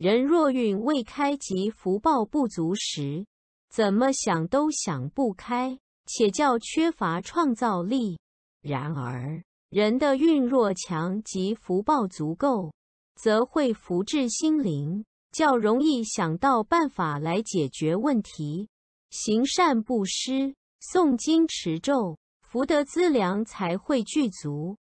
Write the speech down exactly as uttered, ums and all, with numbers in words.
人若运未开及福报不足时，怎么想都想不开，且较缺乏创造力。然而，人的运若强及福报足够，则会福至心灵，较容易想到办法来解决问题。行善布施、诵经持咒，福德资粮才会具足。